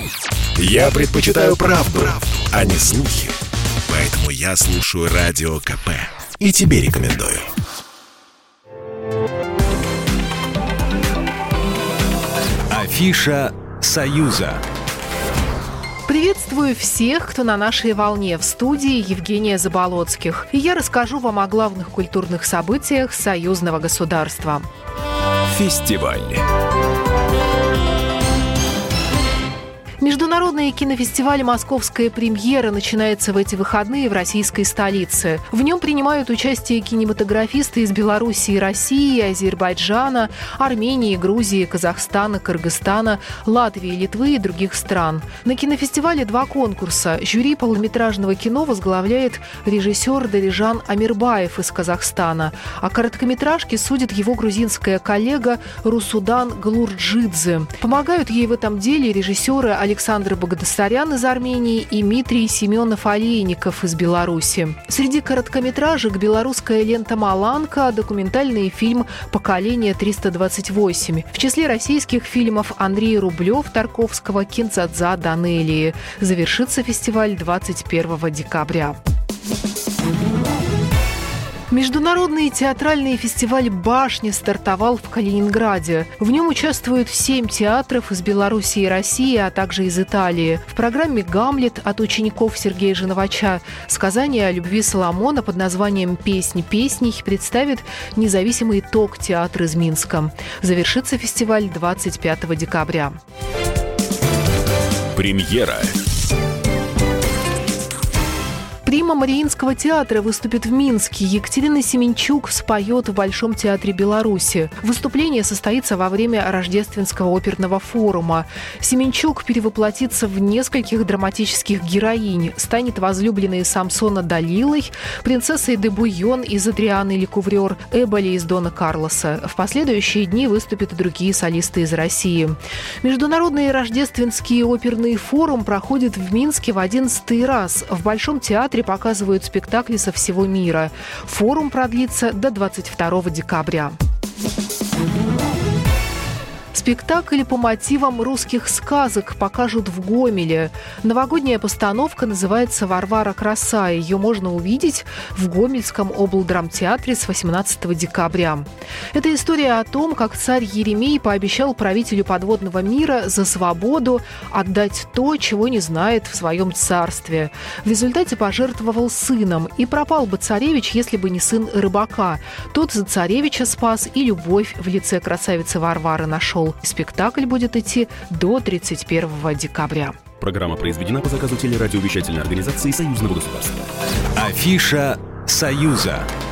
Я предпочитаю правду, а не слухи. Поэтому я слушаю Радио КП. И тебе рекомендую. Афиша «Союза». Приветствую всех, кто на нашей волне. В студии Евгения Заболоцких. И я расскажу вам о главных культурных событиях союзного государства. Фестиваль. Международный кинофестиваль «Московская премьера» начинается в эти выходные в российской столице. В нем принимают участие кинематографисты из Белоруссии, России, Азербайджана, Армении, Грузии, Казахстана, Кыргызстана, Латвии, Литвы и других стран. На кинофестивале 2 конкурса. Жюри полнометражного кино возглавляет режиссер Далижан Амирбаев из Казахстана, а короткометражки судит его грузинская коллега Русудан Галурджидзе. Помогают ей в этом деле режиссеры Александр Багдасарян из Армении и Дмитрий Семенов-Олейников из Беларуси. Среди короткометражек белорусская лента «Маланка», документальный фильм «Поколение 328». В числе российских фильмов Андрей Рублев, Тарковского, Киндзадза, Данелии. Завершится фестиваль 21 декабря. Международный театральный фестиваль «Башня» стартовал в Калининграде. В нем участвуют 7 театров из Беларуси и России, а также из Италии. В программе «Гамлет» от учеников Сергея Женовача сказание о любви Соломона под названием «Песнь песней» представит независимый ТОК-театр из Минска. Завершится фестиваль 25 декабря. Премьера. Прима Мариинского театра выступит в Минске. Екатерина Семенчук споет в Большом театре Беларуси. Выступление состоится во время Рождественского оперного форума. Семенчук перевоплотится в нескольких драматических героинь. Станет возлюбленной Самсона Далилой, принцессой де Буйон из «Адрианы Лекуврёр», Эболи из «Дона Карлоса». В последующие дни выступят и другие солисты из России. Международный рождественский оперный форум проходит в Минске в 11-й раз. В Большом театре показывают спектакли со всего мира. Форум продлится до 22 декабря. Спектакль по мотивам русских сказок покажут в Гомеле. Новогодняя постановка называется «Варвара краса». Ее можно увидеть в Гомельском облдрамтеатре с 18 декабря. Это история о том, как царь Еремей пообещал правителю подводного мира за свободу отдать то, чего не знает в своем царстве. В результате пожертвовал сыном. И пропал бы царевич, если бы не сын рыбака. Тот за царевича спас и любовь в лице красавицы Варвары нашел. Спектакль будет идти до 31 декабря. Программа произведена по заказу телерадиовещательной организации Союзного государства. Афиша «Союза».